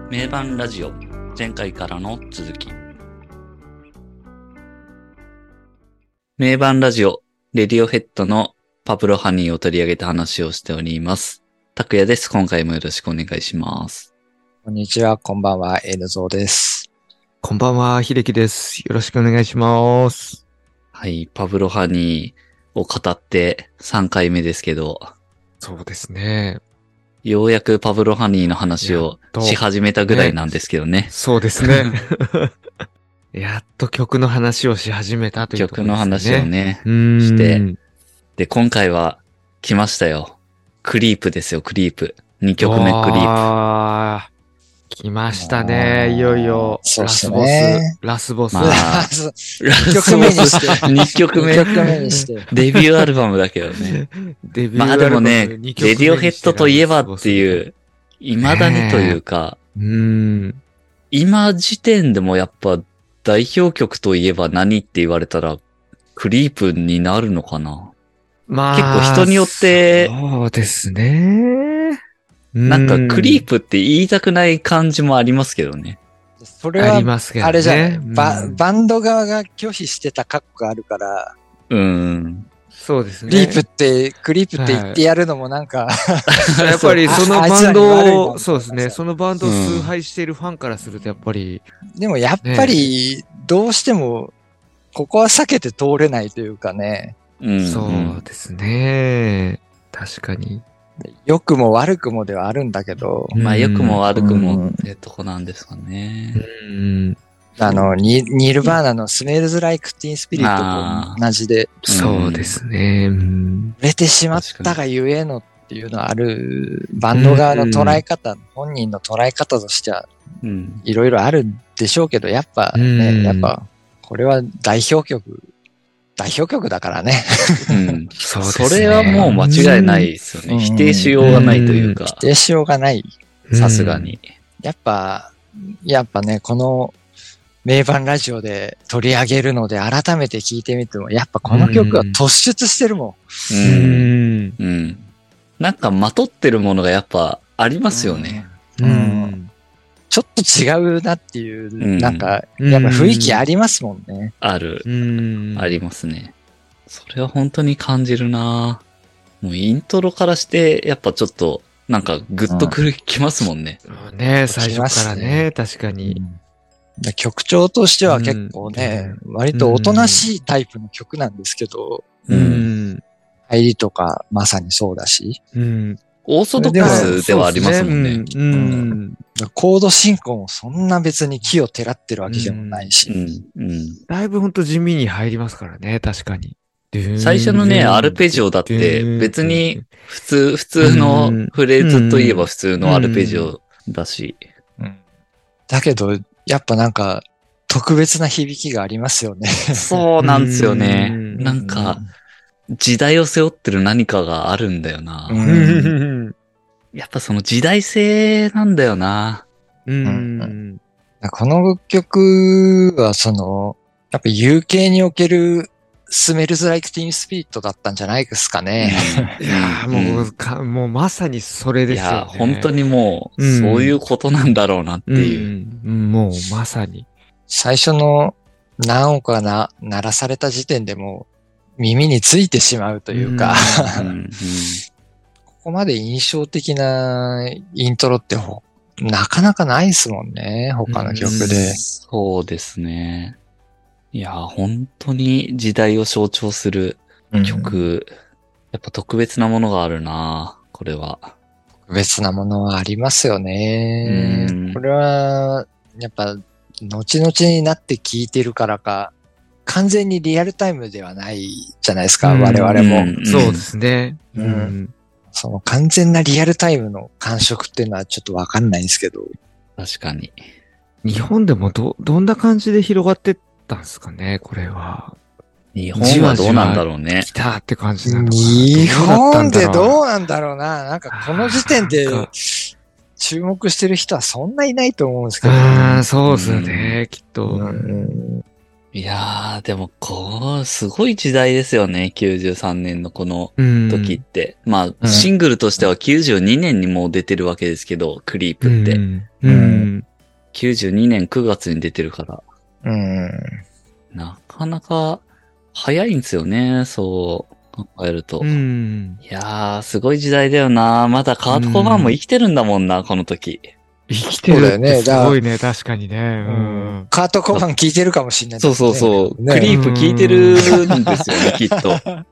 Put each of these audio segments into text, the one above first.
名盤ラジオ、前回からの続き。名盤ラジオ、レディオヘッドのパブロハニーを取り上げた話をしております。拓也です。今回もよろしくお願いします。 こんにちは、こんばんは、Nゾーです。 こんばんは、秀樹です。よろしくお願いします。 はい、パブロハニーを語って3回目ですけど。 そうですね。 ようやくパブロハニーの話をし始めたぐらいなんですけどね。 そうですね。やっと曲の話をし始めたというところですね。曲の話をね、 して。で、今回は来ましたよ。クリープですよ、クリープ。2曲目クリープ。 来ましたね。いよいよ、 そうですね。 ラスボス。 まあ、 2曲目にして。 2曲目にして。 デビューアルバムだけどね。 デビューアルバム。 まあでもね、レディオヘッドといえばっていう、未だにというか、今時点でもやっぱ代表曲といえば何って言われたら、クリープになるのかな。まあ、結構人によって、 そうですね。 なんかクリープって言いたくない感じもありますけどね。 それは、あれじゃない、バンド側が拒否してた過去があるから、 そうですね。 クリープって言ってやるのもなんかやっぱりそのバンドを、そうですね、そのバンドを崇拝しているファンからするとやっぱり。 でもやっぱり、どうしても、ここは避けて通れないというかね。 そうですね。確かに。 良くも悪くもではあるんだけど。 まあ良くも悪くもってとこなんですかね。 ニルバーナのスメールズ・ライク・ティーン・スピリットと同じで。 そうですね。 売れてしまったがゆえのっていうのはある、バンド側の捉え方、本人の捉え方としては、いろいろあるでしょうけど、やっぱね、これは代表曲だからね。 それはもう間違いないですよね。否定しようがないというか。 否定しようがない。 さすがに。 やっぱね、この名盤ラジオで取り上げるので改めて聞いてみても、やっぱこの曲は突出してるもん。なんかまとってるものがやっぱありますよね。 ちょっと違うなっていう、なんか、やっぱ雰囲気ありますもんね。 ありますね。それは本当に感じるな。もうイントロからして、やっぱちょっと、なんかグッときますもんね。 ね、最初からね、確かに。 曲調としては結構ね、割とおとなしいタイプの曲なんですけど、入りとかまさにそうだし。 オーソドックスではありますもんね。 コード進行もそんな別に木をてらってるわけでもないし。 だいぶほんと地味に入りますからね、確かに。 最初のね、アルペジオだって別に普通のフレーズといえば普通のアルペジオだし。 だけど、やっぱなんか特別な響きがありますよね。 そうなんですよね。なんか、時代を背負ってる何かがあるんだよな。やっぱその時代性なんだよな。 この曲はやっぱ UK におけるスメルズ・ライク・ティーン・スピリットだったんじゃないですかね。 いやもうまさにそれですよね。いや、 本当にもう、そういうことなんだろうなっていう。 もうまさに。 最初の何億が鳴らされた時点でもう耳についてしまうというか、ここまで印象的なイントロってなかなかないですもんね、他の曲で。 そうですね。いや、本当に時代を象徴する曲、やっぱ特別なものがあるな、これは。 特別なものはありますよね。これは、やっぱ、後々になって聴いてるからか、完全にリアルタイムではないじゃないですか、我々も。 そうですね。 その完全なリアルタイムの感触っていうのはちょっとわかんないんですけど。 確かに。 日本でもどんな感じで広がってったんですかね、これは。 日本はどうなんだろうね。 来たって感じなのかな。 日本でどうなんだろうな。なんかこの時点で注目してる人はそんないないと思うんですけど。 そうですよね、きっと。 いやー、でもすごい時代ですよね。93年のこの時って。まあ、シングルとしては92年にもう出てるわけですけど、クリープって。92年9月に出てるから。なかなか早いんですよね、そう考えると。いやー、すごい時代だよな。まだカート・コバーンも生きてるんだもんな、この時。 生きてるってすごいね、確かにね。 カート・コバーン聞いてるかもしれない、 ね。そう。クリープ聞いてるんですよね、きっと。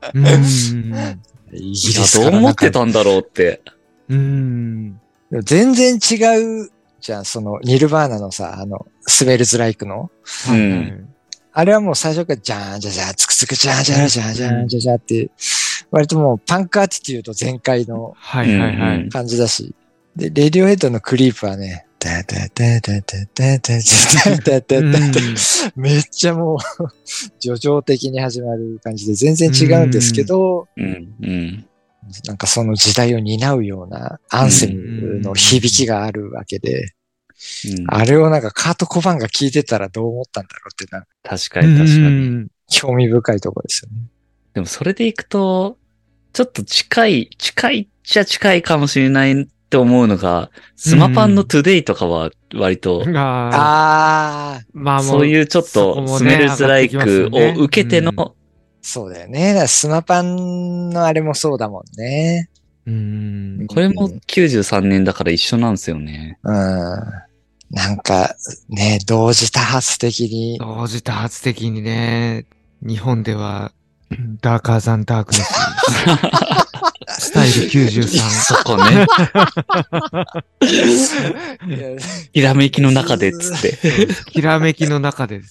いや、どう思ってたんだろうって。 全然違うじゃん、ニルバーナのさ、スメルズ・ライクの。あれはもう最初からジャーンジャジャー、つくつくジャーンジャージャージャージャジャーって、割ともうパンクアティテュード全開の感じだし。で、レディオヘッドのクリープはね、めっちゃもう、叙情的に始まる感じで全然違うんですけど、なんかその時代を担うようなアンセムの響きがあるわけで、あれをなんかカート・コバーンが聞いてたらどう思ったんだろうってな。 確かに。 興味深いところですよね。 でもそれでいくと、ちょっと近いっちゃ近いかもしれないって思うのが、スマパンのトゥデイとかは割と、 まあそういうちょっとスメルズライクを受けての、 そうだよね。スマパンのあれもそうだもんね。 これも93年だから一緒なんですよね。 なんか、ね、同時多発的にね、日本では、ダーカーザンダークネス。スタイル93。 そこね。ひらめきの中でっつって。 ひらめきの中です。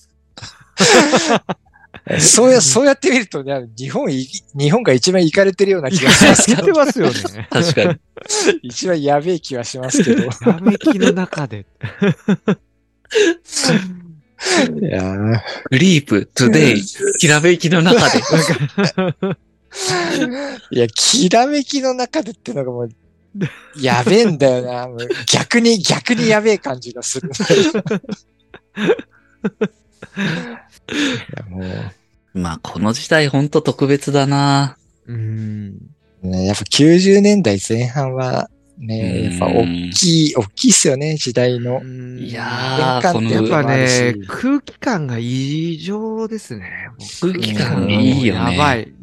そうやって見るとね、日本が一番イかれてるような気がしますけど。 イかれてますよね。 確かに。 一番やべえ気はしますけど。 ひらめきの中で。 いやグリープ、トゥデイ、ひらめきの中で。 いや、きらめきの中でってのがもう、やべえんだよな。もう逆にやべえ感じがする。 まあ、この時代ほんと特別だな。 ね、やっぱ90年代前半は、ね、やっぱ大きいっすよね、時代の。 いやー、 やっぱね、空気感が異常ですね。 空気感いいよね。 やばい。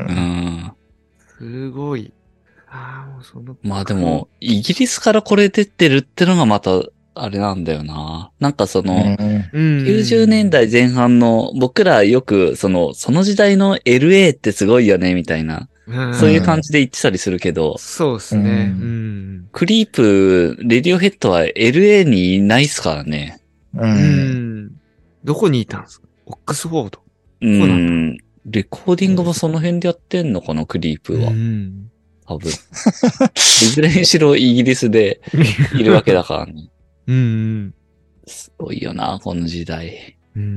すごい。 まあでも、イギリスからこれ出てるってのがまた、あれなんだよな。なんか90年代前半の、僕らよく、その時代の LA ってすごいよね、みたいな。そういう感じで言ってたりするけど。 そうですね。 クリープ、レディオヘッドは LA にいないっすからね。 どこにいたんですか？オックスフォード。 レコーディングもその辺でやってんのかな、クリープは。多分。いずれにしろイギリスでいるわけだからね。すごいよな、この時代。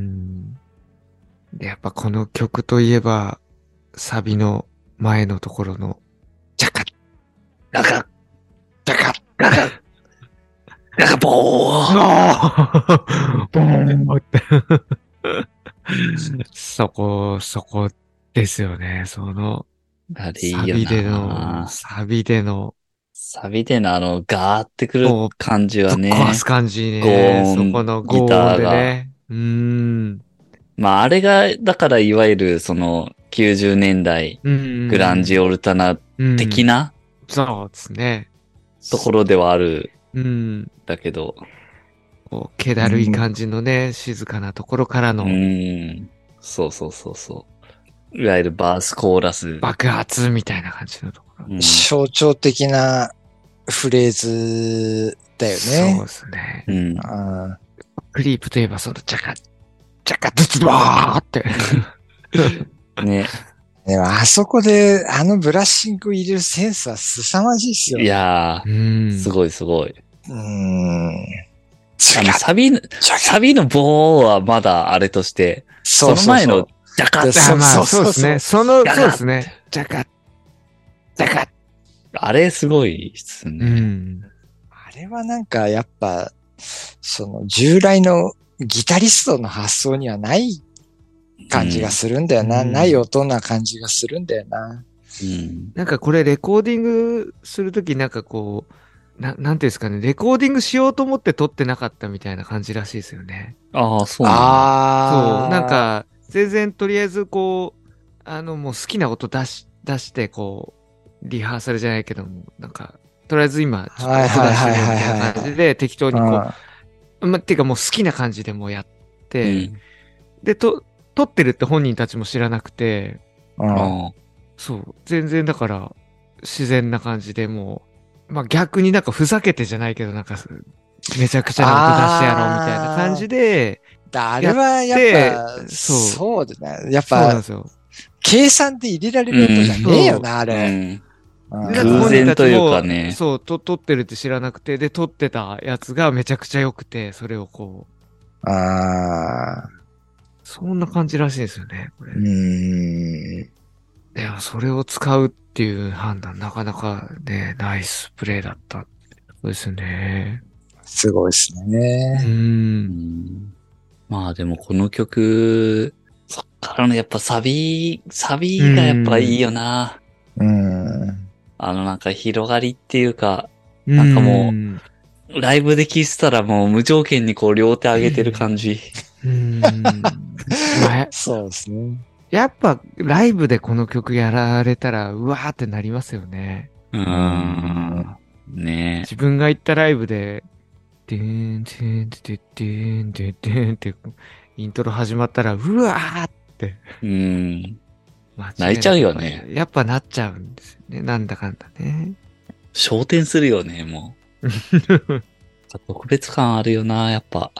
やっぱこの曲といえば、サビの前のところの、ジャカッ、ガカッ、ジャカッ、ガカッ、ガカボーボーンってそこですよね、 あれいいよな。 サビでのガーってくる感じはね。 ぶっ壊す感じね。そこのゴーンでね。 まあ、あれが、だからいわゆる90年代、グランジオルタナ的な、 そうですね。 ところではある。だけど。 気だるい感じのね、静かなところからの。 そう。いわゆるバースコーラス。 爆発みたいな感じのところ。 象徴的なフレーズだよね。 そうですね。クリープといえばジャカッズバーって。 ね。 でもあそこでブラッシングを入れるセンスは凄まじいっすよね。 いやー、すごい。サビの棒はまだあれとして、その前のジャカッそうですね。そうですね。ジャカッ。 あれすごいっすね。 あれはなんかやっぱ、従来のギタリストの発想にはない感じがするんだよな。ない音な感じがするんだよな。 なんかこれレコーディングするときなんかこう、なんていうんですかね、レコーディングしようと思って撮ってなかったみたいな感じらしいですよね。 ああ、そうなんそう、なんか、全然とりあえずこう、もう好きな音出してこう、リハーサルじゃないけども、なんか、とりあえず今、ちょっと音出してね、みたいな感じで適当にこう、っていうかもう好きな感じでもうやって、で、撮ってるって本人たちも知らなくて、そう、全然だから、自然な感じでもう、まあ逆になんかふざけてじゃないけど、なんか、めちゃくちゃな音出してやろうみたいな感じで、 あれはやっぱ、そうだね。やっぱ、そうなんですよ。計算で入れられる音じゃねえよな、あれ。 偶然というかね。 そう、撮ってるって知らなくて、で、撮ってたやつがめちゃくちゃ良くて、それをこう。そんな感じらしいですよね、これ。でも、それを使うっていう判断、なかなかね、ナイスプレーだった。そうですね。 すごいですね。 まあでもこの曲、そっからのやっぱサビがやっぱいいよな。なんか広がりっていうか、なんかもう、ライブで聴いてたらもう無条件にこう両手上げてる感じ。 そうですね。 やっぱライブでこの曲やられたら、うわーってなりますよね。 ねえ。 自分が行ったライブで、でーん、でーん、でーん、でーんって、イントロ始まったら、うわーって。 泣いちゃうよね。 やっぱなっちゃうんですよね。なんだかんだね。 昇天するよね、もう。特別感あるよな、やっぱ。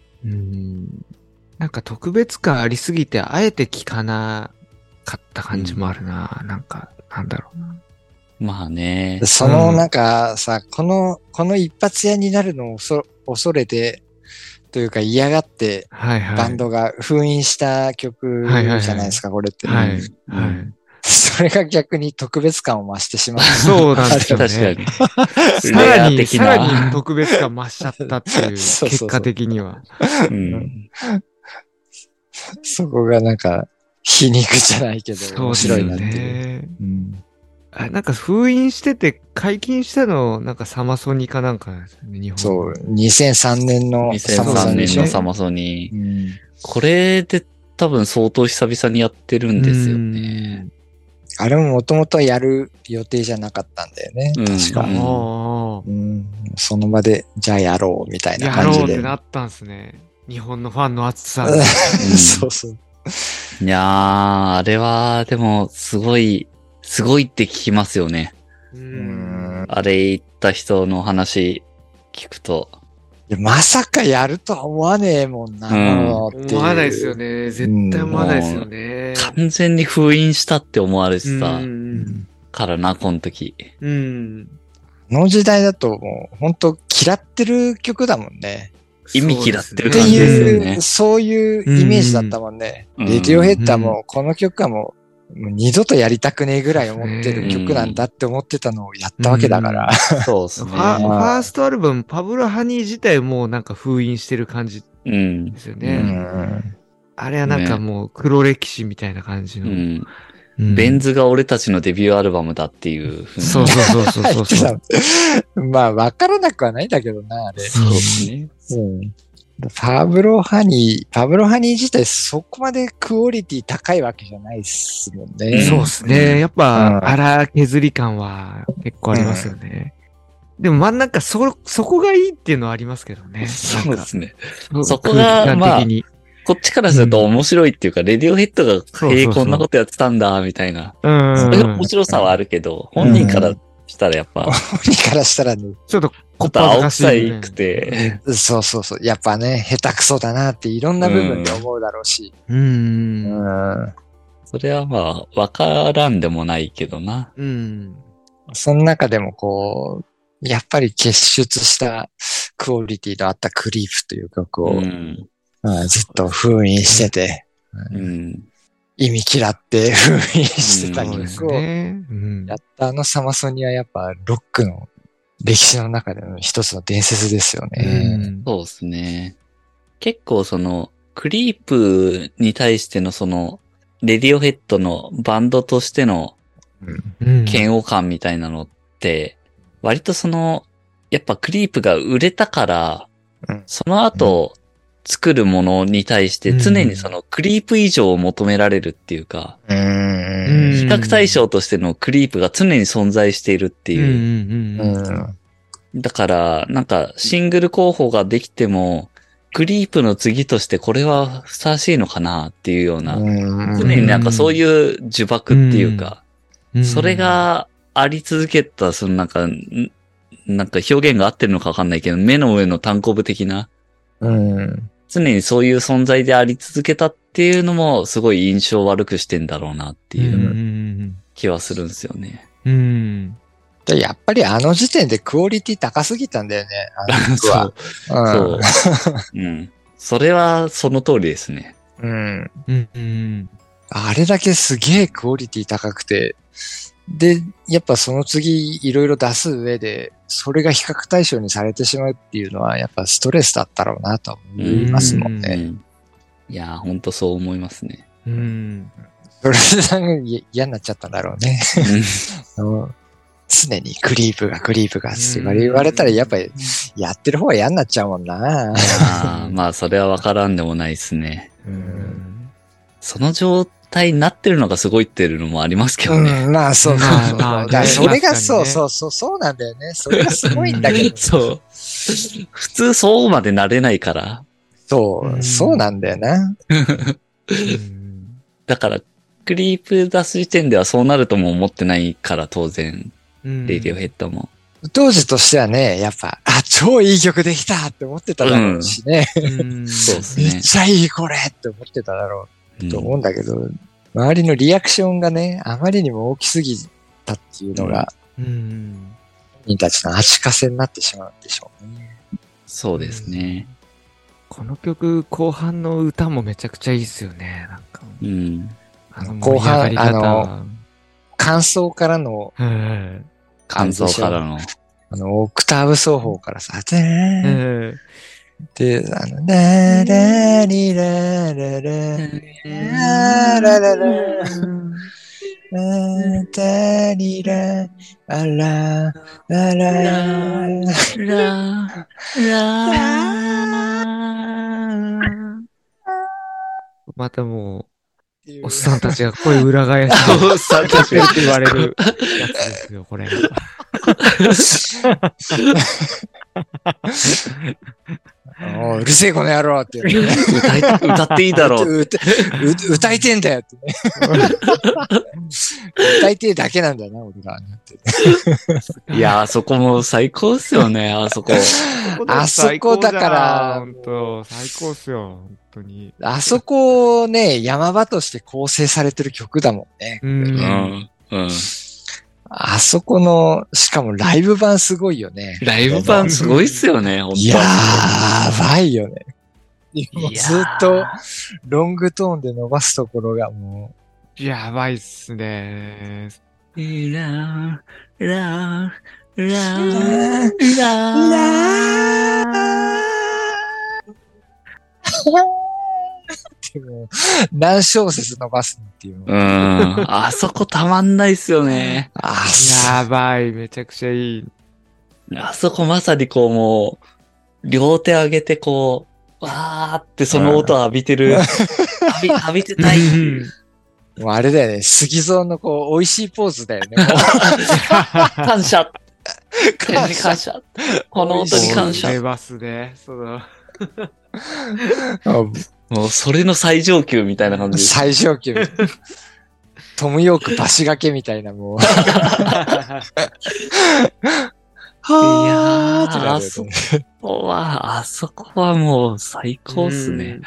なんか特別感ありすぎて、あえて聞かなかった感じもあるな。なんか、なんだろうな。 まあね。 そのなんかさ、この一発屋になるのを恐れて、というか嫌がって、バンドが封印した曲じゃないですか、これって。それが逆に特別感を増してしまう。 そうなんですよね。 確かに。 さらに特別感増しちゃったっていう、結果的には。 そこがなんか、皮肉じゃないけど、面白いなっていう。 なんか封印してて解禁したの、なんかサマソニかなんかですね、日本。 そう、2003年のサマソニ。2003年のサマソニ。これで多分相当久々にやってるんですよね。 あれももともとやる予定じゃなかったんだよね。確か。その場で、じゃあやろうみたいな感じで。 やろうってなったんですね。日本のファンの熱さ。 そうそう。 いやー、あれは、でも、すごいって聞きますよね。あれ言った人の話聞くと。 まさかやるとは思わねえもんな。 思わないですよね。絶対思わないですよね。 完全に封印したって思われてたからな、この時。 この時代だともう、本当嫌ってる曲だもんね。 意味嫌ってる感じですよね。 そういうイメージだったもんね。レディオヘッドはもう、この曲はもう二度とやりたくねえぐらい思ってる曲なんだって思ってたのをやったわけだから。 そうですね。 ファーストアルバム、パブロハニー自体もなんか封印してる感じですよね。あれはなんかもう黒歴史みたいな感じの。 ベンズが俺たちのデビューアルバムだっていうふうに。 そう。 まあ、わからなくはないんだけどな、あれ。 そうですね。 パブロハニー自体そこまでクオリティ高いわけじゃないっすもんね。 そうですね。やっぱ、荒削り感は結構ありますよね。でもまあなんかそこがいいっていうのはありますけどね。 そうですね。そこが、まあ、こっちからすると面白いっていうか、レディオヘッドが、こんなことやってたんだ、みたいな。そういう面白さはあるけど、本人からしたらやっぱ。 本人からしたらね。 ちょっと青臭いくて。 そう。やっぱね、下手くそだなっていろんな部分で思うだろうし。 それはまあ、わからんでもないけどな。 その中でもこう、やっぱり結出したクオリティのあったクリープという曲を、ずっと封印してて、意味嫌って封印してた曲をやったサマソニはやっぱロックの歴史の中での一つの伝説ですよね。 そうですね。結構その、 クリープに対してのレディオヘッドのバンドとしての嫌悪感みたいなのって、割とやっぱクリープが売れたから、その後作るものに対して常にクリープ以上を求められるっていうか、比較対象としてのクリープが常に存在しているっていう。だから、なんかシングル候補ができても、クリープの次としてこれはふさわしいのかなっていうような、常になんかそういう呪縛っていうか、それがあり続けた、なんか表現が合ってるのかわかんないけど、目の上の単行部的な、常にそういう存在であり続けたっていうのも、すごい印象悪くしてんだろうなっていう気はするんですよね。 やっぱりあの時点でクオリティ高すぎたんだよね、 そう。それはその通りですね。 あれだけすげえクオリティ高くて、で、やっぱその次いろいろ出す上で、それが比較対象にされてしまうっていうのは、やっぱストレスだったろうなと思いますもんね。 いやー、ほんとそう思いますね。 それで嫌になっちゃったんだろうね。常にクリープがって言われたらやっぱりやってる方が嫌になっちゃうもんな。 まあそれはわからんでもないですね。その状態になってるのがすごいっていうのもありますけどね。 まあそう。それがそうなんだよね。それがすごいんだけど。 そう。普通そうまでなれないから。 そうなんだよな。 だからクリープ出す時点ではそうなるとも思ってないから当然。レディオヘッドも。 当時としてはね、やっぱ、超いい曲できたって思ってただろうしね。 そうですね。 めっちゃいいこれって思ってただろうと思うんだけど、周りのリアクションがね、あまりにも大きすぎたっていうのが、本人たちの足かせになってしまうんでしょうね。 そうですね。 この曲、後半の歌もめちゃくちゃいいですよね。なんか。 後半、感想からの、オクターブ奏法からさ、で、ララリラララララララタリラララララまたもう、おっさんたちが声裏返して、 おっさんたちがって言われるやつですよ、これが。 うるせえこの野郎って言う、ね。 歌っていいだろう。 歌いてんだよってね。歌いてえだけなんだよな、俺ら。 いや、あそこも最高っすよね、あそこ。 あそこだから、 本当最高っすよ、本当に。 あそこね、山場として構成されてる曲だもんね。あそこの、しかもライブ版すごいよね。 ライブ版すごいっすよね、本当。 やばいよね。ずっとロングトーンで伸ばすところがもう。やばいっすね。 でも何小節伸ばすっていう。 あそこたまんないっすよね。 やばい、めちゃくちゃいい。 あそこまさにこうもう、両手上げてこう、わーってその音を浴びてる。浴びてたい。 もうあれだよね、杉蔵のこう、美味しいポーズだよね。 感謝。感謝。この音に感謝。 ますね。 もうそれの最上級みたいな感じ。 最上級。トムヨークバシがけみたいなもう。いやー、あそこはもう最高っすね。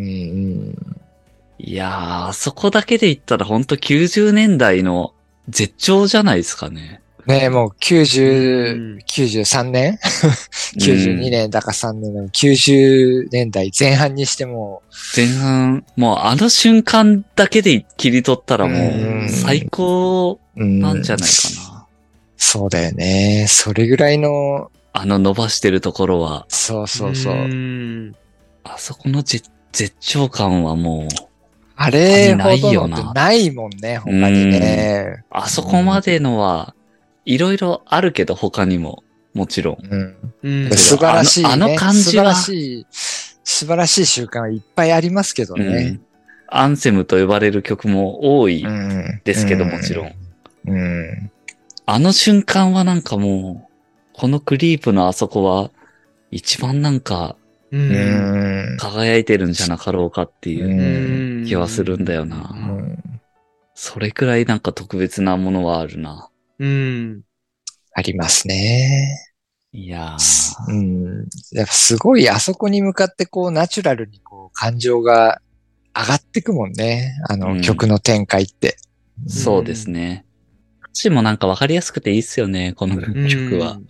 いやー、あそこだけで言ったらほんと90年代の絶頂じゃないですかね。 ねえ、もう93年 ?92 年だか3年の90年代前半にしても。 前半、もうあの瞬間だけで切り取ったらもう最高なんじゃないかな。 そうだよね。それぐらいの。 伸ばしてるところは。 そう。 あそこの絶絶頂感はもう、 あれほどのってないもんね、他にね。 あそこまでのは、いろいろあるけど、他にも、もちろん。 素晴らしい、ね。 あの感じは素晴らしい習慣はいっぱいありますけどね。 アンセムと呼ばれる曲も多いですけど、もちろん。あの瞬間はなんかもう、このクリープのあそこは、一番なんか、輝いてるんじゃなかろうかっていう気はするんだよな。それくらいなんか特別なものはあるな。 ありますね。 いやー。やっぱすごいあそこに向かってこうナチュラルにこう感情が上がってくもんね。曲の展開って。 そうですね。歌詞もなんかわかりやすくていいっすよね、この曲は。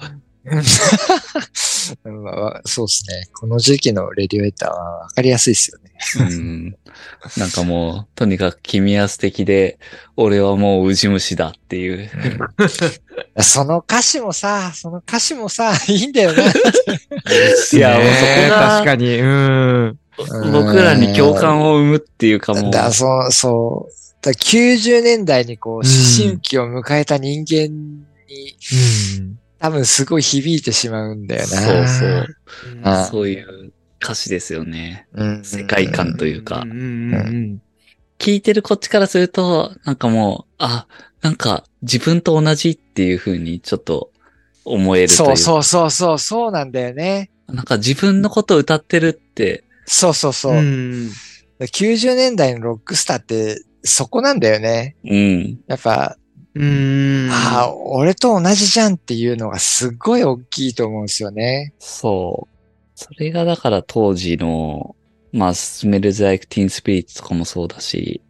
そうですね。この時期のレディオヘッダーはわかりやすいですよね。 なんかもう、とにかく君は素敵で、俺はもうウジ虫だっていう。 その歌詞もさ、いいんだよな。 いや、もうそこが、 確かに、 僕らに共感を生むっていうかもう。 そう。90年代にこう、思春期を迎えた人間に、多分すごい響いてしまうんだよな。そういう歌詞ですよね。世界観というか。聞いてるこっちからすると、なんかもう、なんか自分と同じっていう風にちょっと思えるというか。 そうなんだよね。 なんか自分のことを歌ってるって。 そう。90年代のロックスターってそこなんだよね。やっぱ、俺と同じじゃんっていうのがすっごい大きいと思うんですよね。 そう。それがだから当時の、Smells Like Teen Spirit とかもそうだし、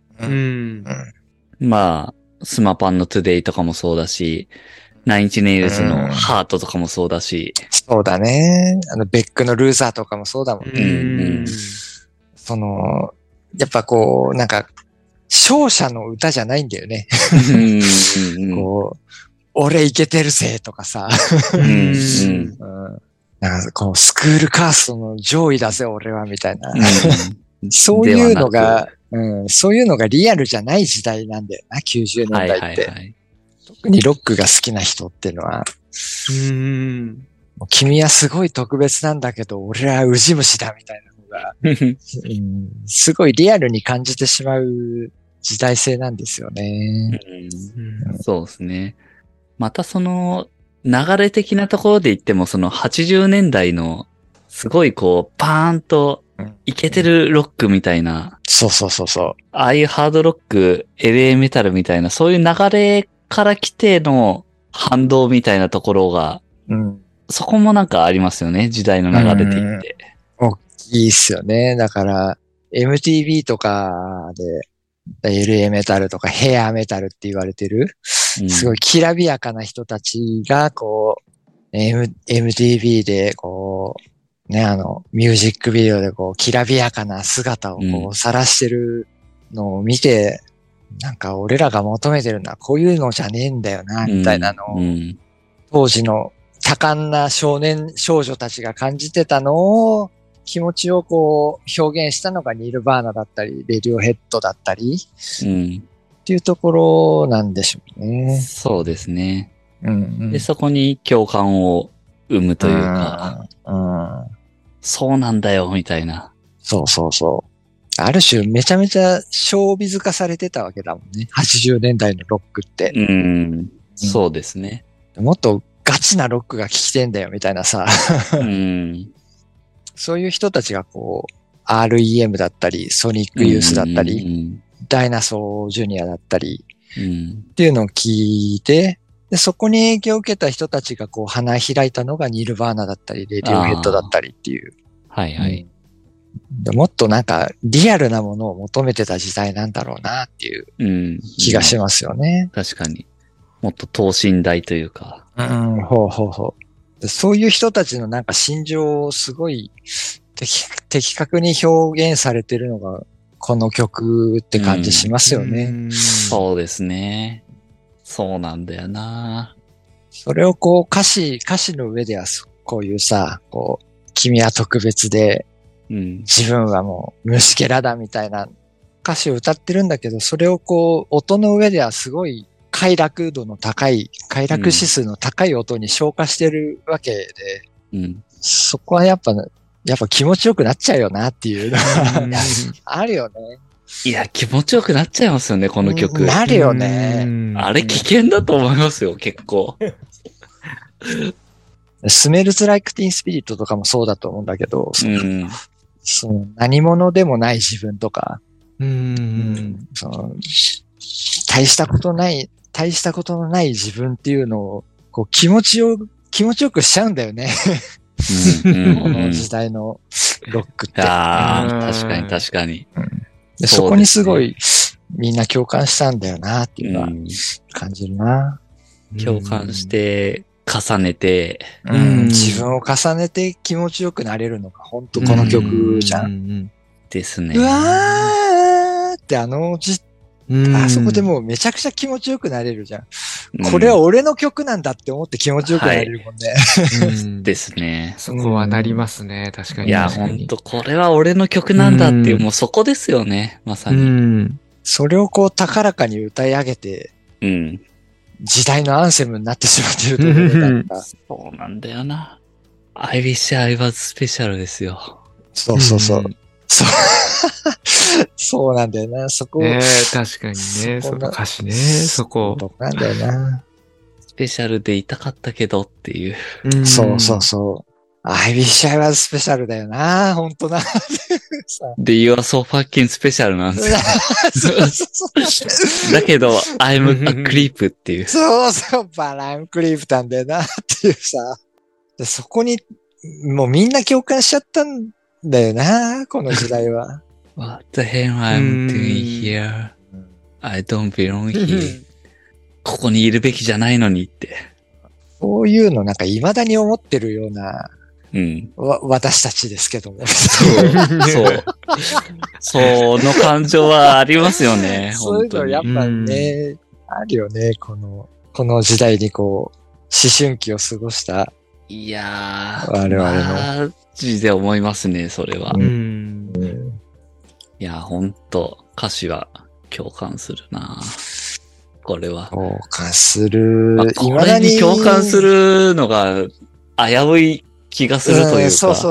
スマパンの Today とかもそうだし、ナインチネイルズのハートとかもそうだし。 そうだね。ベックのルーザーとかもそうだもんね。やっぱこう、なんか、勝者の歌じゃないんだよね。こう、俺イケてるぜとかさ。なんかこうスクールカーストの上位だぜ俺はみたいな。そういうのが、そういうのがリアルじゃない時代なんだよな、90年代って。特にロックが好きな人っていうのは。君はすごい特別なんだけど、俺はウジ虫だみたいなのが、すごいリアルに感じてしまう時代性なんですよね。 そうですね。またその流れ的なところで言ってもその80年代のすごいこうパーンとイケてるロックみたいな。 そう。 ああいうハードロック、LA メタルみたいなそういう流れから来ての反動みたいなところが、そこもなんかありますよね、時代の流れで言って。 大きいっすよね。だから MTV とかでLA メタルとかヘアメタルって言われてる、すごいきらびやかな人たちが、こう、MTV で、こう、ね、ミュージックビデオでこう、きらびやかな姿をこう、晒してるのを見て、なんか俺らが求めてるのはこういうのじゃねえんだよな、みたいなのを、当時の多感な少年、少女たちが感じてたのを、気持ちをこう表現したのがニールバーナだったり、レディオヘッドだったり、っていうところなんでしょうね。 そうですね。で、そこに共感を生むというか、そうなんだよ、みたいな。 そう。ある種めちゃめちゃショービズ化されてたわけだもんね。80年代のロックって。 そうですね。 もっとガチなロックが聴きてんだよ、みたいなさ。そういう人たちがこう、REM だったり、ソニックユースだったり、ダイナソージュニアだったり、っていうのを聞いて、で、そこに影響を受けた人たちがこう、花開いたのがニールバーナだったり、レディオヘッドだったりっていう。もっとなんか、リアルなものを求めてた時代なんだろうなっていう気がしますよね。 確かに。もっと等身大というか。 ほう。そういう人たちのなんか心情をすごい的確に表現されてるのがこの曲って感じしますよね。 そうですね。そうなんだよな。 それをこう歌詞の上ではこういうさ、こう、君は特別で、 うん、 自分はもう虫けらだみたいな歌詞を歌ってるんだけど、それをこう、音の上ではすごい快楽度の高い、快楽指数の高い音に昇華してるわけで、 うん、 そこはやっぱ気持ちよくなっちゃうよなっていうのがあるよね。 いや、気持ちよくなっちゃいますよね、この曲。 なるよね。 あれ危険だと思いますよ、結構。 スメルズ・ライク・ティーン・スピリットとかもそうだと思うんだけど、 うん、 その何者でもない自分とか、その大したことのない自分っていうのをこう気持ちよくしちゃうんだよね。この時代のロックって。 ああ、確かに。 でそこにすごいみんな共感したんだよなっていうのは感じるな。 共感して重ねて、 自分を重ねて気持ちよくなれるのが本当この曲じゃん。 ですね。 うわーってあそこでもうめちゃくちゃ気持ちよくなれるじゃん。これは俺の曲なんだって思って気持ちよくなれるもんね。 ですね。 そこはなりますね、確かに。 いや、ほんと、これは俺の曲なんだっていう、もうそこですよね、まさに。 それをこう高らかに歌い上げて、時代のアンセムになってしまってるところだった。 そうなんだよな。I wish I was special ですよ。 そう。そうなんだよな、そこ。 確かにね、その歌詞ね、そこ。 そうなんだよな。 スペシャルでいたかったけどっていう。 そう。I wish I was special だよな、ほんとな。 で、You are so fucking special なんですよ。だけど、I'm a creep っていう。 そう、but I'm creep なんだよな、っていうさ。でそこに、もうみんな共感しちゃったんだよな、この時代は。 What the hell I'm doing here? I don't belong here. ここにいるべきじゃないのにって。 そういうのなんか未だに思ってるような、私たちですけども。 その感情はありますよね。 そういうのやっぱね、あるよね、この時代にこう、思春期を過ごした。 いやー、 我々の。 マジで思いますね、それは。いや、ほんと、歌詞は共感するなこれは。 共感する。 これに共感するのが危うい気がするというか。 そう。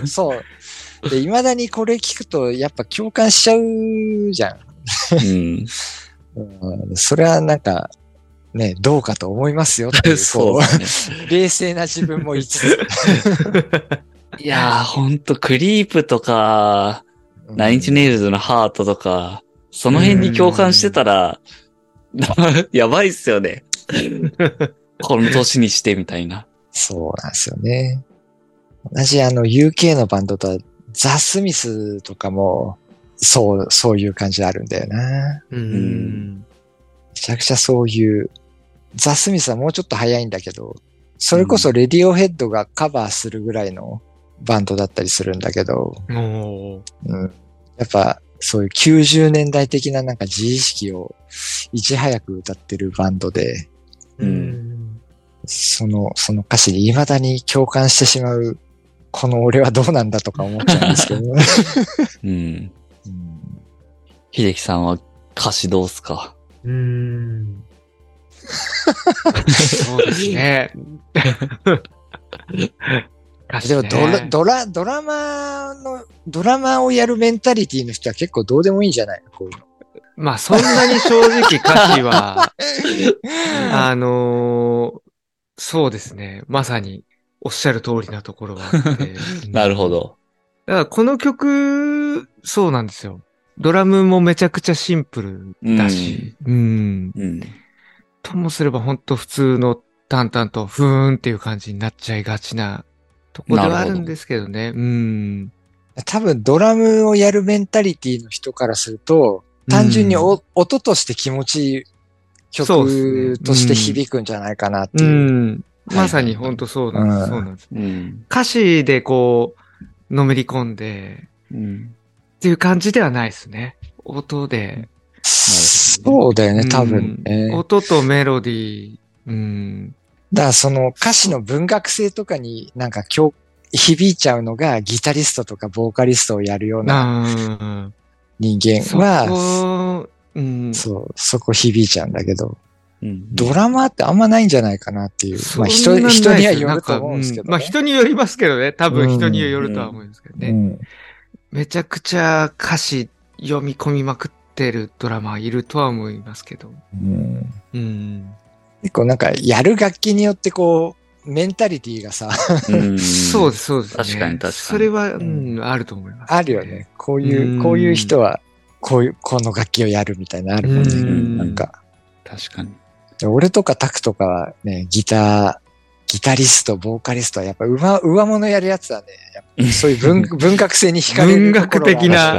そう。で、未だにこれ聞くと、やっぱ共感しちゃうじゃん。それはなんか、ね、どうかと思いますよっていう、そう、冷静な自分も言いつつ。 いやー、ほんと、クリープとか、ナインチネイルズのハートとか、その辺に共感してたら、やばいっすよね。この年にしてみたいな。 そうなんですよね。同じUK のバンドとは、ザ・スミスとかも、そういう感じあるんだよな。めちゃくちゃそういう、ザ・スミスはもうちょっと早いんだけど、それこそレディオヘッドがカバーするぐらいのバンドだったりするんだけど、やっぱそういう90年代的ななんか自意識をいち早く歌ってるバンドで、その歌詞に未だに共感してしまう、この俺はどうなんだとか思っちゃうんですけどね。 秀樹さんは歌詞どうすか？ そうですね。 でもドラマをやるメンタリティの人は結構どうでもいいんじゃないのこういうの。 まあそんなに正直歌詞は、そうですね。まさにおっしゃる通りなところはあって。 なるほど。 だからこの曲、そうなんですよ。ドラムもめちゃくちゃシンプルだし。ともすれば本当普通の淡々とふーんっていう感じになっちゃいがちなとこではあるんですけどね。 多分ドラムをやるメンタリティの人からすると、単純に音として気持ちいい曲として響くんじゃないかなっていう。 まさに本当そうなんです。歌詞でこう、のめり込んで、っていう感じではないですね。音で。 そうだよね、多分、 音とメロディー。 だからその歌詞の文学性とかになんか影響いちゃうのがギタリストとかボーカリストをやるような人間は、そこ響いちゃうんだけど、ドラマーってあんまないんじゃないかなっていう。まあ人にはよると思うんですけど、ね。 まあ人によりますけどね。多分人によるとは思うんですけどね。めちゃくちゃ歌詞読み込みまくってるドラマーいるとは思いますけど。 結構なんかやる楽器によってこう、メンタリティがさ。 そうです、そうです、ね。 確かに確かに。 それは、あると思います、 ね。あるよね。こういう人は、この楽器をやるみたいなのあるもんね。なんか。 確かに。 俺とかタクとかはね、ギタリスト、ボーカリストはやっぱ上物やるやつはね、やっぱそういう文学性に惹かれる。 文学的な。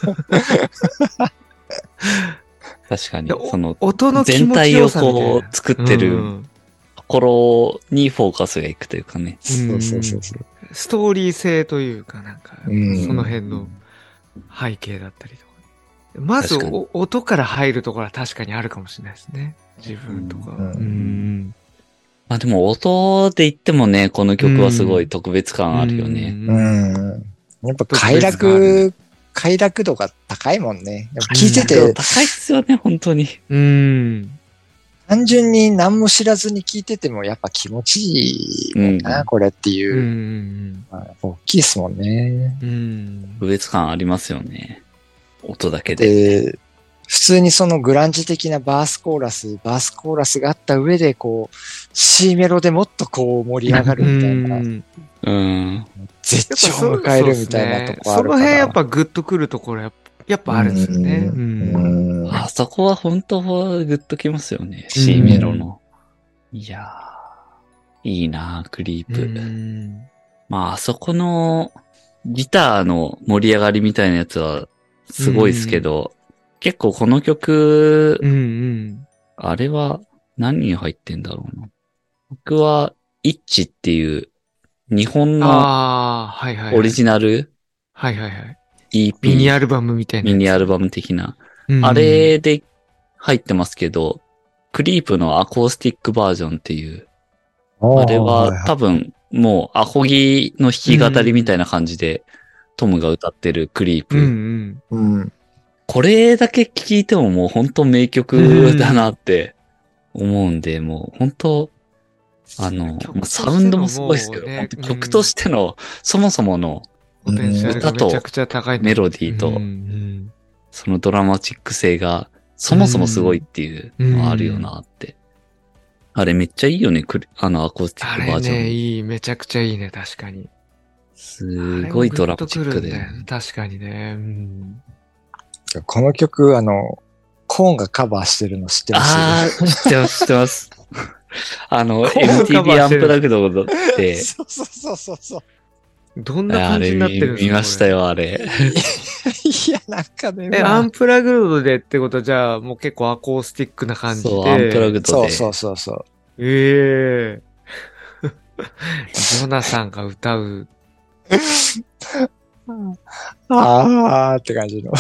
確かに。その、音の全体をこう作ってるところにフォーカスがいくというかね。 そう。 ストーリー性というかなんか、その辺の背景だったりとか。まず音から入るところは確かにあるかもしれないですね。自分とか。 まあでも音で言ってもね、この曲はすごい特別感あるよね。 やっぱ快楽度が高いもんね。聞いてて。 高いっすよね、本当に。 単純に何も知らずに聞いててもやっぱ気持ちいいもんな、これっていう。大きいっすもんね。 特別感ありますよね。音だけで。 普通にそのグランジ的なバースコーラスがあった上で、こう、C メロでもっとこう盛り上がるみたいな。絶頂を迎えるみたいなとこあるから。 その辺やっぱグッとくるところやっぱあるんですよね。 あそこは本当はグッときますよね。C メロの。いやー、いいなクリープ。まあ、あそこのギターの盛り上がりみたいなやつはすごいですけど、結構この曲、あれは何入ってんだろうな。僕は、イッチっていう日本のオリジナル EP。 ミニアルバムみたいな。 ミニアルバム的な。あれで入ってますけど、クリープのアコースティックバージョンっていう。あれは多分もうアコギの弾き語りみたいな感じでトムが歌ってるクリープ。これだけ聞いてももう本当名曲だなって思うんで、もう本当サウンドもすごいですけど、本当曲としてのそもそもの歌とメロディーと、そのドラマチック性がそもそもすごいっていうのがあるよなって。あれめっちゃいいよね、アコースティックバージョン。 あれね、いい、めちゃくちゃいいね、確かに。 すごいドラマチックで。 確かにね。 この曲、コーンがカバーしてるの知ってます？ 知ってます、知ってます。MTV アンプラグドって。 そう。 どんな感じになってるんですか？ 見ましたよ、あれ。 いや、なんかね。 アンプラグドでってことは、じゃあ、もう結構アコースティックな感じで。 そう、アンプラグドで。 そう。 ジョナサンが歌う。 あーって感じの。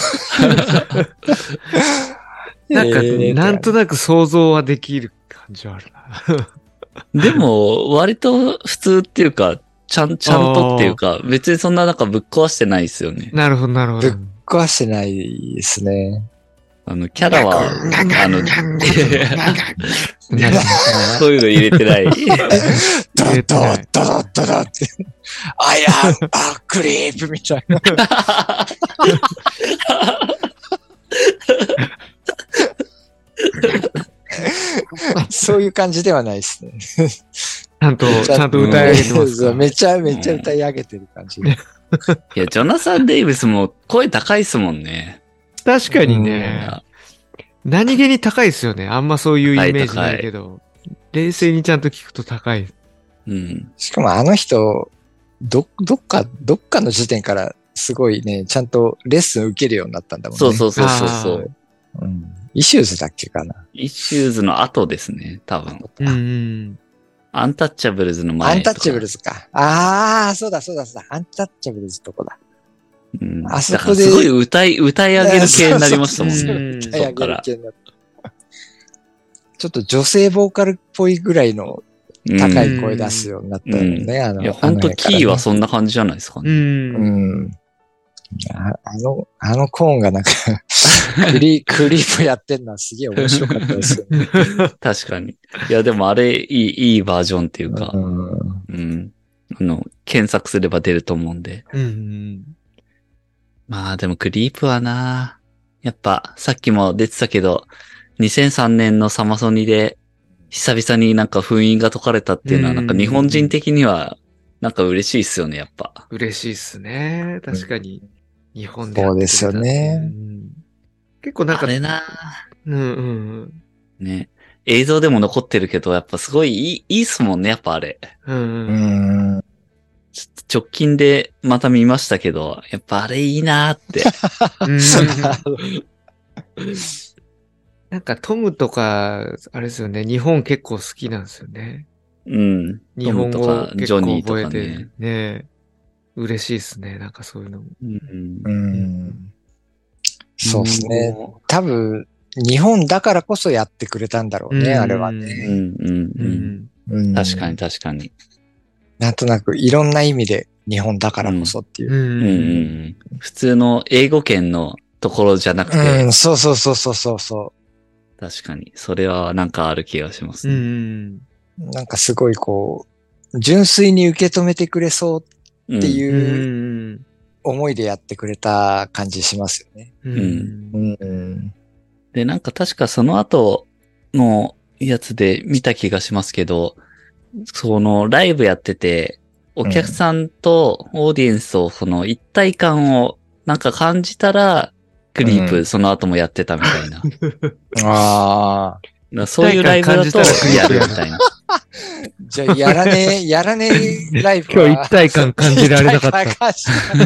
なんか、なんとなく想像はできる感じはあるな。でも、割と普通っていうか、ちゃんとっていうか、別にそんななんかぶっ壊してないですよね。 なるほど。 ぶっ壊してないですね。 キャラは、そういうの入れてない。 ドドって、I am a creep みたいな。そういう感じではないですね。 ちゃんと歌い上げてますか？ めちゃ歌い上げてる感じ。いや、ジョナサン・デイビスも声高いっすもんね。 確かにね。何気に高いですよね。あんまそういうイメージないけど。冷静にちゃんと聞くと高い。 しかもあの人、どっかの時点からすごいね、ちゃんとレッスン受けるようになったんだもんね。 そう。 イシューズだっけかな。 イシューズの後ですね、多分。アンタッチャブルズの前。 アンタッチャブルズか。ああ、そうだ。アンタッチャブルズとこだ。 あそこで。すごい歌い上げる系になりましたもんね。 歌い上げる系になった。ちょっと女性ボーカルっぽいぐらいの高い声出すようになったよね、 いや、本当キーはそんな感じじゃないですかね。 あのコーンがなんかクリープやってんのはすげえ面白かったですよね。 確かに。いや、でもあれ、いいバージョンっていうか、検索すれば出ると思うんで。まあでもクリープはな、やっぱさっきも出てたけど、2003年のサマソニで久々になんか封印が解かれたっていうのはなんか日本人的にはなんか嬉しいっすよね、やっぱ。 嬉しいっすね。確かに。日本でそうですよね。 結構なんか。 あれな、 ね。 映像でも残ってるけど、やっぱすごいいいっすもんね、やっぱあれ。直近でまた見ましたけど、やっぱあれいいなーって。 なんかトムとか、あれですよね、日本結構好きなんですよね。日本語とかジョニーとかね。ね、嬉しいですね、なんかそういうのも。 そうですね。多分、日本だからこそやってくれたんだろうね、あれはね。 確かに確かに。 なんとなくいろんな意味で日本だからこそっていう。普通の英語圏のところじゃなくて。 そうそうそうそうそう。 確かに。それはなんかある気がしますね。 なんかすごいこう、純粋に受け止めてくれそうっていう思いでやってくれた感じしますよね。 で、なんか確かその後のやつで見た気がしますけど、そのライブやってて、お客さんとオーディエンスをその一体感をなんか感じたら、クリープその後もやってたみたいな。 ああ。そういうライブだとやるみたいな。 じゃあやらねえライブは。今日一体感感じられなかった。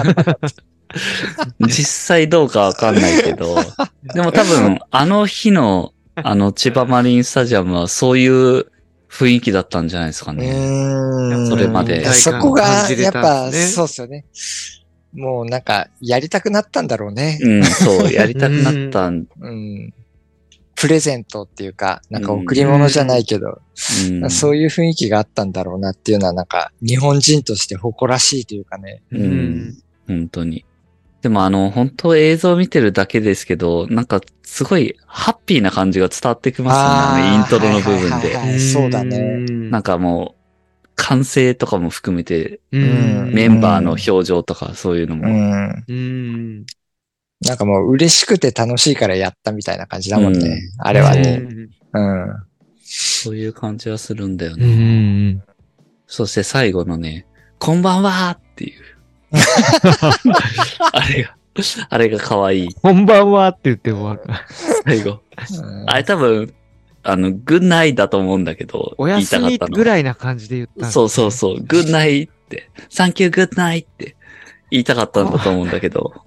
実際どうかわかんないけど、でも多分あの日の千葉マリンスタジアムはそういう雰囲気だったんじゃないですかね。それまで。 そこがやっぱそうっすよね。もうなんかやりたくなったんだろうね。 そう、やりたくなったプレゼントっていうか、なんか贈り物じゃないけど、そういう雰囲気があったんだろうなっていうのはなんか日本人として誇らしいというかね。 本当に。でも本当映像見てるだけですけど、なんかすごいハッピーな感じが伝わってきますよね、イントロの部分で。 そうだね。 なんかもう、歓声とかも含めて、メンバーの表情とかそういうのも。 なんかもう嬉しくて楽しいからやったみたいな感じだもんね。あれはね。 そういう感じはするんだよね。そして最後のね、こんばんはっていう。あれが可愛い。 こんばんはって言って終わる。 最後。あれ多分、グッナイだと思うんだけど、 おやすみぐらいな感じで言った、 ね。そう、グッナイって、サンキューグッナイって言いたかったんだと思うんだけど。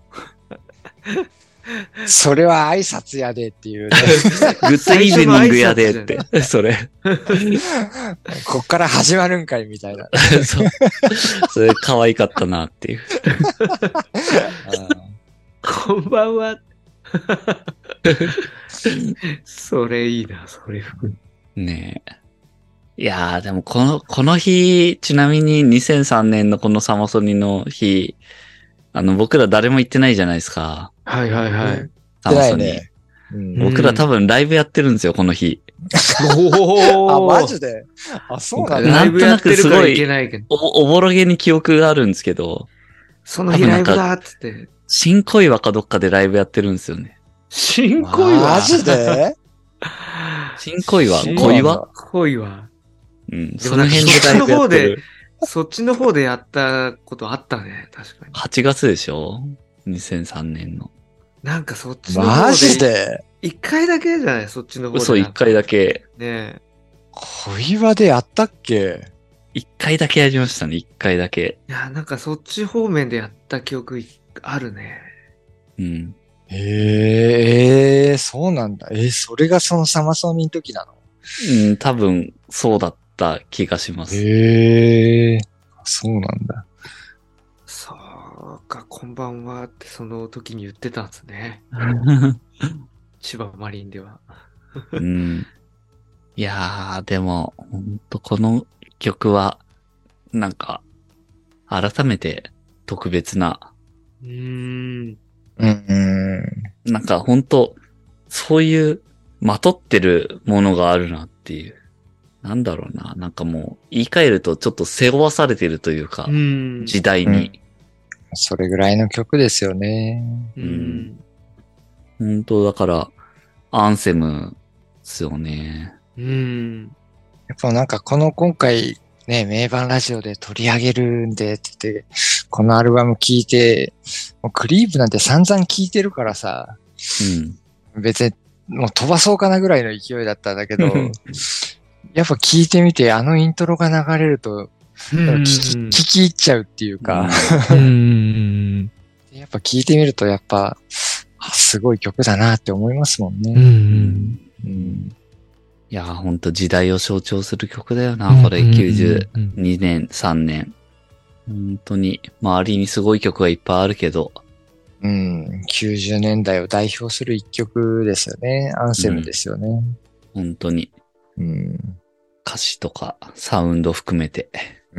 それは挨拶やでっていうね。 グッドイーブニングやでって、それ。 こっから始まるんかいみたいな。 そう。それ可愛かったなっていう。 こんばんは。それいいな、それ服。 ねえ。いやー、でもこの日、ちなみに2003年のこのサマソニの日、僕ら誰も行ってないじゃないですか。 はいはいはい。 サマソニ。僕ら多分ライブやってるんですよ、この日。 あ、マジで？あ、そうなんだ。 なんとなくすごい、おぼろげに記憶があるんですけど。 その日ライブだっつって。 新小岩かどっかでライブやってるんですよね。 新小岩？ マジで？ 新小岩？ 小岩。 その辺でライブやってる。 そっちの方でやったことあったね、確かに。 8月でしょ ?2003 年の。 なんかそっちの方で。 マジで 1回だけじゃないそっちの方で。 嘘、1回だけ。 ねえ。 小岩でやったっけ？ 1回だけやりましたね、1回だけ。 いや、なんかそっち方面でやった記憶あるね。 そうなんだ。それがそのサマソニの時なの？ 多分、そうだった気がします。 そうなんだ。 そうか、こんばんはってその時に言ってたんですね。千葉マリンでは。 いやー、でも、ほんとこの曲は、なんか、改めて特別な。なんか本当そういうまとってるものがあるなっていう。なんだろうな。なんかもう、言い換えるとちょっと背負わされてるというか、時代に。 それぐらいの曲ですよね。 本当だから、アンセムですよね。 やっぱなんか今回ね、名盤ラジオで取り上げるんでって言って、このアルバム聴いて、もうクリープなんて散々聴いてるからさ、別にもう飛ばそうかなぐらいの勢いだったんだけど、やっぱ聴いてみてあのイントロが流れると、聞き入っちゃうっていうか、やっぱ聴いてみるとやっぱ、すごい曲だなって思いますもんね。 いやー、ほんと時代を象徴する曲だよな、これ。92年、3年。本当に、周りにすごい曲がいっぱいあるけど。 90年代を代表する一曲ですよね。アンセムですよね。 本当に。歌詞とか、サウンド含めて。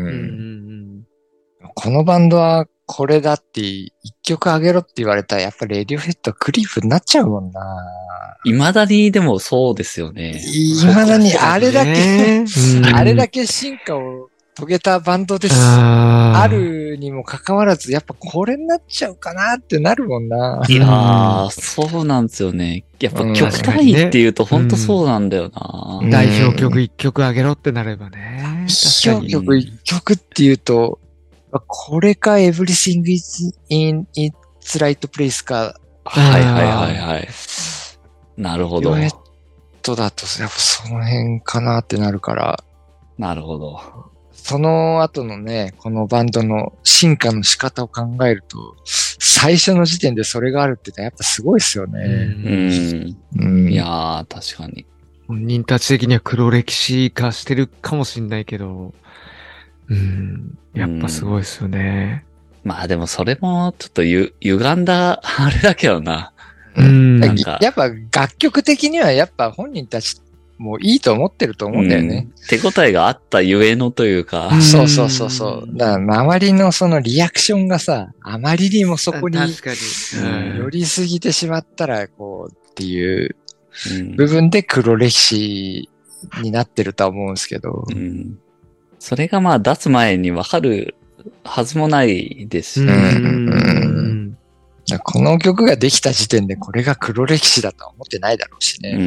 このバンドはこれだって一曲あげろって言われたらやっぱレディオヘッドクリープになっちゃうもんな。 未だにでもそうですよね。 未だにあれだけ、あれだけ進化を遂げたバンドです。あるにもかかわらず、やっぱこれになっちゃうかなってなるもんな。 いやー、そうなんですよね。やっぱ曲単位っていうと本当そうなんだよな。 代表曲一曲あげろってなればね。 代表曲一曲っていうと、これか Everything is in its right place か。 はい。なるほど。 デュエットだと、やっぱその辺かなってなるから。 なるほど。 その後のね、このバンドの進化の仕方を考えると、最初の時点でそれがあるってやっぱすごいですよね。 いやー、確かに。 本人たち的には黒歴史化してるかもしんないけど、やっぱすごいですよね。 まあでもそれもちょっと歪んだあれだけどな。 やっぱ楽曲的にはやっぱ本人たちもいいと思ってると思うんだよね。 手応えがあったゆえのというか。 そう。だから周りのそのリアクションがさ、あまりにもそこに寄りすぎてしまったら、こうっていう部分で黒歴史になってるとは思うんですけど。 それがまあ出す前にわかるはずもないですしね。この曲ができた時点でこれが黒歴史だとは思ってないだろうしね。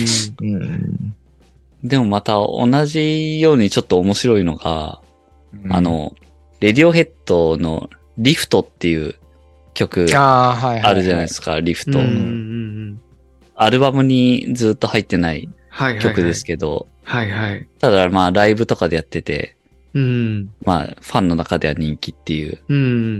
でもまた同じようにちょっと面白いのが、レディオヘッドのリフトっていう曲あるじゃないですか、リフト。アルバムにずっと入ってない曲ですけど、ただまあライブとかでやってて、まあファンの中では人気っていう。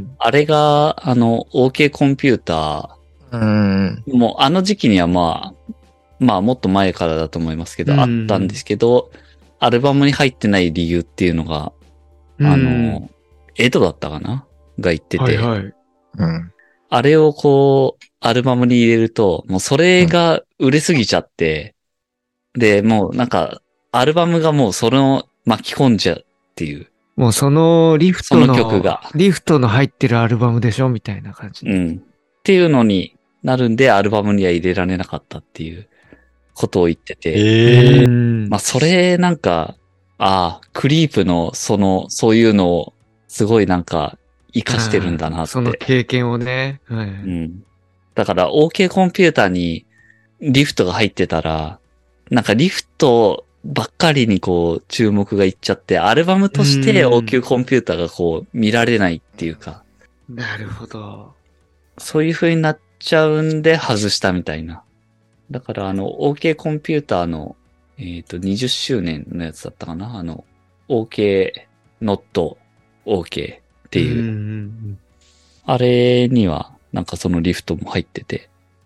あれがOK コンピューター、もうあの時期にはまあもっと前からだと思いますけど、あったんですけど、アルバムに入ってない理由っていうのが、エドだったかなが言ってて、あれをこう、アルバムに入れると、もうそれが売れすぎちゃって、で、もうなんか、アルバムがもうそれを巻き込んじゃうっていう。 もうそのリフトの曲が。 リフトの入ってるアルバムでしょみたいな感じ。 っていうのになるんで、アルバムには入れられなかったっていうことを言ってて。まあそれなんか、クリープのそういうのをすごいなんか活かしてるんだなって。 その経験をね。 だから OK コンピューターにリフトが入ってたら、なんかリフトばっかりにこう注目がいっちゃって、アルバムとして OK コンピューターがこう見られないっていうか。 なるほど。 そういう風になっちゃうんで外したみたいな。だからOK コンピューターの20周年のやつだったかなOK not OK っていう。あれにはなんかそのリフトも入ってて。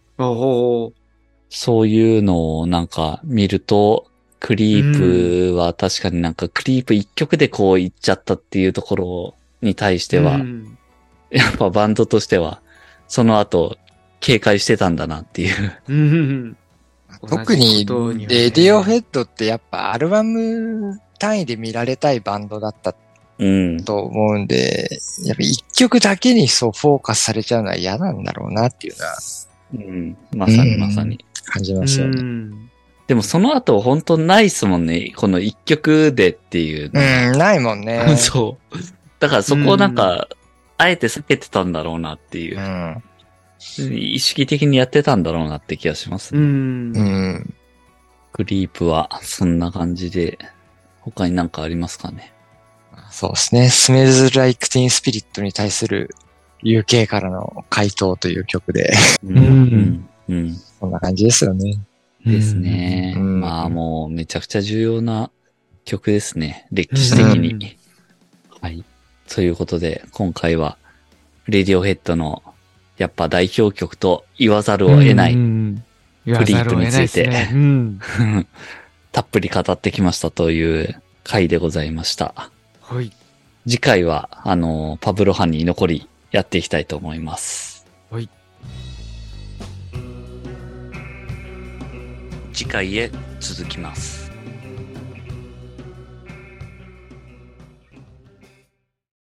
そういうのをなんか見ると、クリープは確かになんかクリープ一曲でこういっちゃったっていうところに対しては、やっぱバンドとしては、その後警戒してたんだなっていう。 特に、レディオヘッドってやっぱアルバム単位で見られたいバンドだったと思うんで、やっぱ一曲だけにそうフォーカスされちゃうのは嫌なんだろうなっていうのは。 まさにまさに。 感じますよね。 でもその後本当ないっすもんね。この一曲でっていう。 ないもんね。 そう。だからそこをなんか、あえて避けてたんだろうなっていう。意識的にやってたんだろうなって気がしますね。クリープはそんな感じで、他になんかありますかね。 そうですね。Smells Like Teen Spirit に対する UK からの回答という曲で。そんな感じですよね。 ですね。まあもうめちゃくちゃ重要な曲ですね。歴史的に。はい。ということで、今回は、レディオヘッドの、やっぱ代表曲と言わざるを得ない、クリープについて、たっぷり語ってきましたという回でございました。 はい。 次回は、パブロ班に残りやっていきたいと思います。 はい。 次回へ続きます。